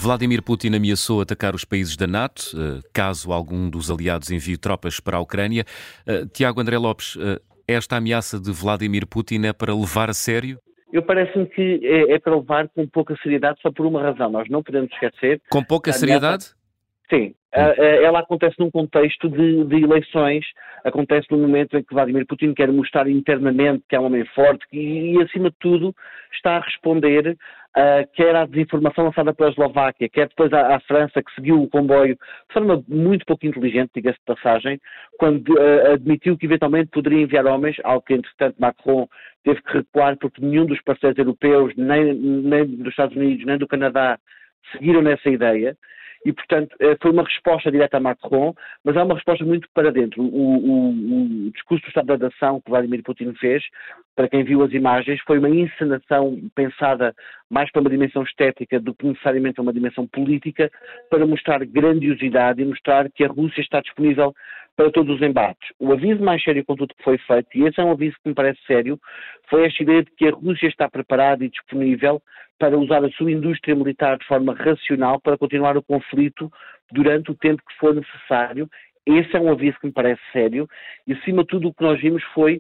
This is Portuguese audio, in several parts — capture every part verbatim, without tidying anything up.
Vladimir Putin ameaçou atacar os países da NATO, caso algum dos aliados envie tropas para a Ucrânia. Tiago André Lopes, esta ameaça de Vladimir Putin é para levar a sério? Eu parece-me que é, é para levar com pouca seriedade, só por uma razão. Nós não podemos esquecer... Com pouca seriedade? Sim. Ela acontece num contexto de, de eleições, acontece no momento em que Vladimir Putin quer mostrar internamente que é um homem forte e, e acima de tudo, está a responder uh, quer à desinformação lançada pela Eslováquia, quer depois à, à França, que seguiu o comboio de forma muito pouco inteligente, diga-se de passagem, quando uh, admitiu que eventualmente poderia enviar homens, algo que, entretanto, Macron teve que recuar porque nenhum dos parceiros europeus, nem, nem dos Estados Unidos, nem do Canadá, seguiram nessa ideia. E, portanto, foi uma resposta direta a Macron, mas é uma resposta muito para dentro. O, o, o discurso do Estado da Nação que Vladimir Putin fez, para quem viu as imagens, foi uma encenação pensada mais para uma dimensão estética do que necessariamente uma dimensão política, para mostrar grandiosidade e mostrar que a Rússia está disponível para todos os embates. O aviso mais sério com tudo que foi feito, e esse é um aviso que me parece sério, foi esta ideia de que a Rússia está preparada e disponível para usar a sua indústria militar de forma racional para continuar o conflito durante o tempo que for necessário. Esse é um aviso que me parece sério e, acima de tudo, o que nós vimos foi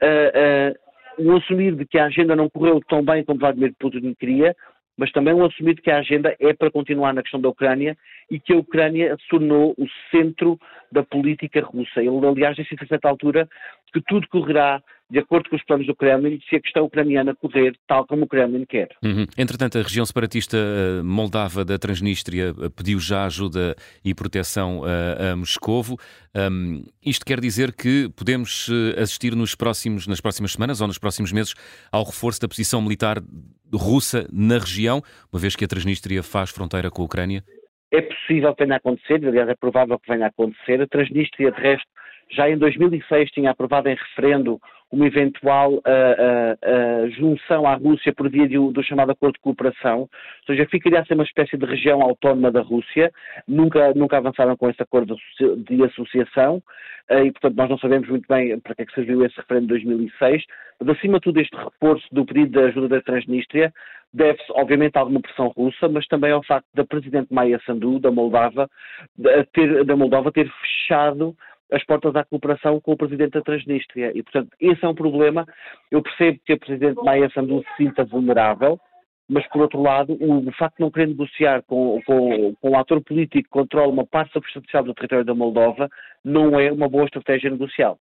uh, uh, um assumir de que a agenda não correu tão bem como Vladimir Putin queria, mas também um assumir de que a agenda é para continuar na questão da Ucrânia e que a Ucrânia se tornou o centro da política russa. Ele, aliás, disse a certa altura que tudo correrá de acordo com os planos do Kremlin, se a questão ucraniana correr tal como o Kremlin quer. Uhum. Entretanto, a região separatista moldava da Transnistria pediu já ajuda e proteção a, a Moscovo. Um, isto quer dizer que podemos assistir nos próximos, nas próximas semanas ou nos próximos meses ao reforço da posição militar russa na região, uma vez que a Transnistria faz fronteira com a Ucrânia? É possível que venha a acontecer, aliás é provável que venha a acontecer. A Transnistria, de resto, já em dois mil e seis tinha aprovado em referendo uma eventual uh, uh, uh, junção à Rússia por via do, do chamado Acordo de Cooperação, ou seja, ficaria a ser uma espécie de região autónoma da Rússia. Nunca, nunca avançaram com esse acordo de associação uh, e, portanto, nós não sabemos muito bem para que é que serviu esse referendo de dois mil e seis, mas, acima de tudo, este reforço do pedido de ajuda da Transnistria deve-se, obviamente, a alguma pressão russa, mas também ao facto da Presidente Maia Sandu, da Moldava, de ter, da Moldova, ter fechado as portas à cooperação com o Presidente da Transnistria. E, portanto, esse é um problema. Eu percebo que a Presidente Maia Sandu se sinta vulnerável, mas, por outro lado, o, o facto de não querer negociar com, com, com um ator político que controla uma parte substancial do território da Moldova não é uma boa estratégia negocial.